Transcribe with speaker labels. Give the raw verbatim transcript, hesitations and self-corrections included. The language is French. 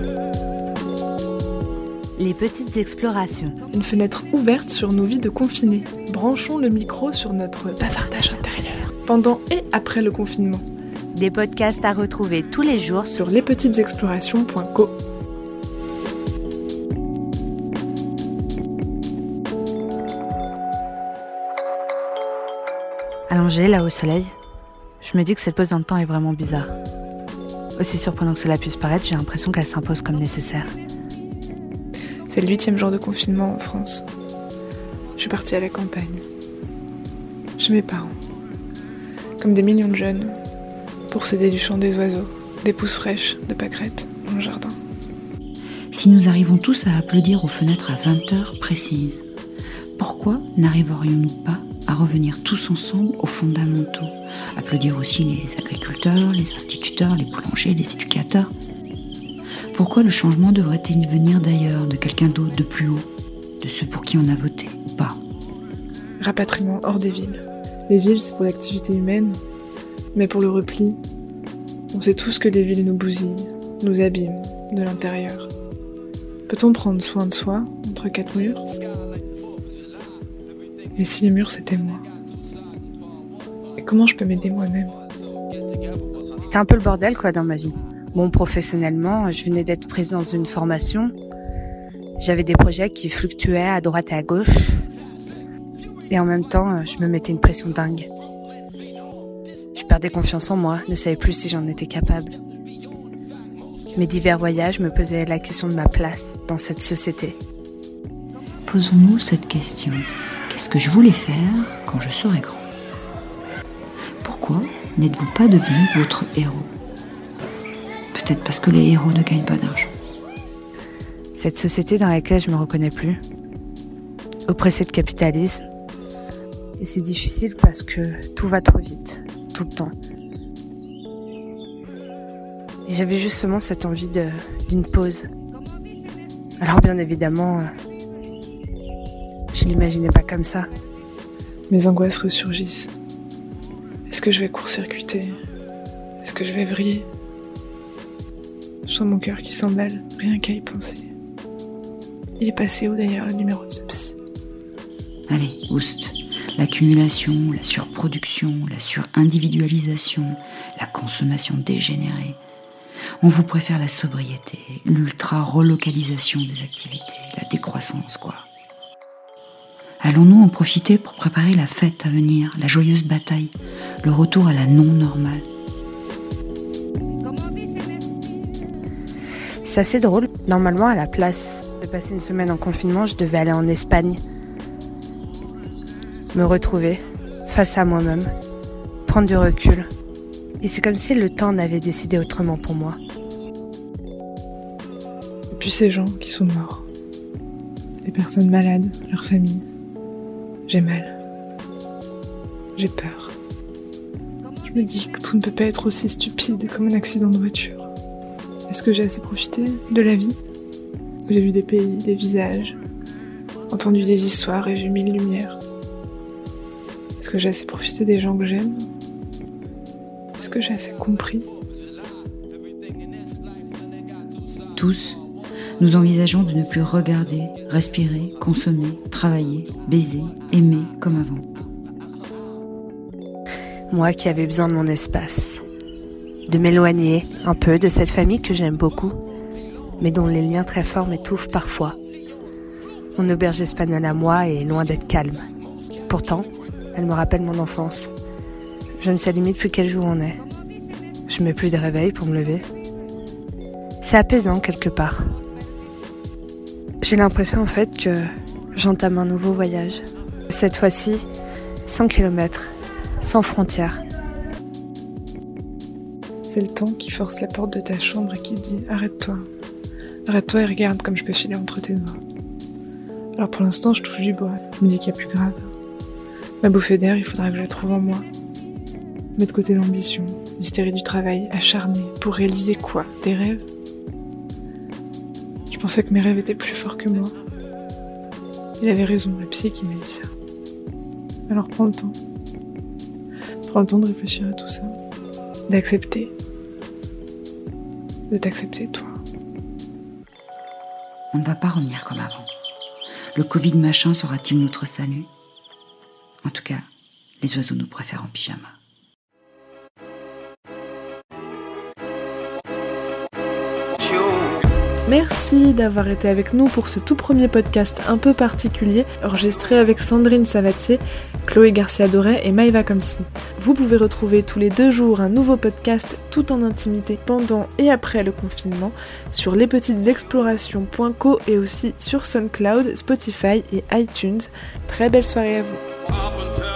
Speaker 1: Les petites explorations.
Speaker 2: Une fenêtre ouverte sur nos vies de confinés. Branchons le micro sur notre bavardage intérieur. Pendant et après le confinement.
Speaker 1: Des podcasts à retrouver tous les jours
Speaker 2: sur lespetitesexplorations point co.
Speaker 1: Allongée là au soleil, je me dis que cette pause dans le temps est vraiment bizarre. Aussi surprenant que cela puisse paraître, j'ai l'impression qu'elle s'impose comme nécessaire.
Speaker 2: C'est le huitième jour de confinement en France. Je suis partie à la campagne. Chez mes parents. Comme des millions de jeunes, pour s'aider du chant des oiseaux, des pousses fraîches de pâquerettes dans le jardin.
Speaker 3: Si nous arrivons tous à applaudir aux fenêtres à vingt heures précises, pourquoi n'arriverions-nous pas à revenir tous ensemble aux fondamentaux? Applaudir aussi les agriculteurs, les instituteurs, les boulangers, les éducateurs. Pourquoi le changement devrait-il venir d'ailleurs, de quelqu'un d'autre, de plus haut, de ceux pour qui on a voté ou pas?
Speaker 2: Rapatriement hors des villes. Les villes, c'est pour l'activité humaine, mais pour le repli, on sait tous que les villes nous bousillent, nous abîment de l'intérieur. Peut-on prendre soin de soi entre quatre murs? Et si les murs c'était moi? Et comment je peux m'aider moi-même?
Speaker 1: C'était un peu le bordel quoi dans ma vie. Bon, professionnellement, je venais d'être prise dans une formation. J'avais des projets qui fluctuaient à droite et à gauche. Et en même temps, je me mettais une pression dingue. Je perdais confiance en moi, ne savais plus si j'en étais capable. Mes divers voyages me posaient la question de ma place dans cette société.
Speaker 3: Posons-nous cette question. Qu'est-ce que je voulais faire quand je serai grand? Pourquoi n'êtes-vous pas devenu votre héros? Peut-être parce que les héros ne gagnent pas d'argent.
Speaker 1: Cette société dans laquelle je me reconnais plus, oppressée de capitalisme, et c'est difficile parce que tout va trop vite, tout le temps. Et j'avais justement cette envie de, d'une pause. Alors bien évidemment, je l'imaginais pas comme ça.
Speaker 2: Mes angoisses ressurgissent. Est-ce que je vais court-circuiter? Est-ce que je vais vriller? Je sens mon cœur qui s'emballe, rien qu'à y penser. Il est passé où d'ailleurs le numéro de ce psy?
Speaker 3: Allez, oust. L'accumulation, la surproduction, la surindividualisation, la consommation dégénérée. On vous préfère la sobriété, l'ultra-relocalisation des activités, la décroissance, quoi. Allons-nous en profiter pour préparer la fête à venir, la joyeuse bataille, le retour à la non-normale?
Speaker 1: C'est assez drôle. Normalement, à la place de passer une semaine en confinement, je devais aller en Espagne. Me retrouver face à moi-même, prendre du recul. Et c'est comme si le temps n'avait décidé autrement pour moi.
Speaker 2: Et puis ces gens qui sont morts, les personnes malades, leurs familles. J'ai mal. J'ai peur. Je me dis que tout ne peut pas être aussi stupide comme un accident de voiture. Est-ce que j'ai assez profité de la vie? J'ai vu des pays, des visages, entendu des histoires et vu mille lumières. Est-ce que j'ai assez profité des gens que j'aime? Est-ce que j'ai assez compris?
Speaker 3: Tous, nous envisageons de ne plus regarder, respirer, consommer, travailler, baiser, aimer comme avant.
Speaker 1: Moi qui avais besoin de mon espace, de m'éloigner un peu de cette famille que j'aime beaucoup, mais dont les liens très forts m'étouffent parfois. Mon auberge espagnole à moi est loin d'être calme. Pourtant, elle me rappelle mon enfance. Je ne sais limite plus quel jour on est. Je mets plus de réveil pour me lever. C'est apaisant quelque part. J'ai l'impression en fait que j'entame un nouveau voyage. Cette fois-ci, cent kilomètres, sans frontières.
Speaker 2: C'est le temps qui force la porte de ta chambre et qui dit « Arrête-toi. Arrête-toi et regarde comme je peux filer entre tes doigts. » Alors pour l'instant, je touche du bois. Je me dis qu'il y a plus grave. Ma bouffée d'air, il faudra que je la trouve en moi. Mettre de côté l'ambition, l'hystérie du travail, acharné, pour réaliser quoi? Des rêves? Je pensais que mes rêves étaient plus forts que moi. Il avait raison, le psy qui m'a dit ça. Alors prends le temps. Prends le temps de réfléchir à tout ça. D'accepter. De t'accepter toi.
Speaker 3: On ne va pas revenir comme avant. Le Covid machin sera-t-il notre salut ? En tout cas, les oiseaux nous préfèrent en pyjama.
Speaker 2: Merci d'avoir été avec nous pour ce tout premier podcast un peu particulier, enregistré avec Sandrine Savatier, Chloé Garcia-Doré et Maïva Komsi. Vous pouvez retrouver tous les deux jours un nouveau podcast tout en intimité pendant et après le confinement sur lespetitesexplorations point co et aussi sur SoundCloud, Spotify et iTunes. Très belle soirée à vous.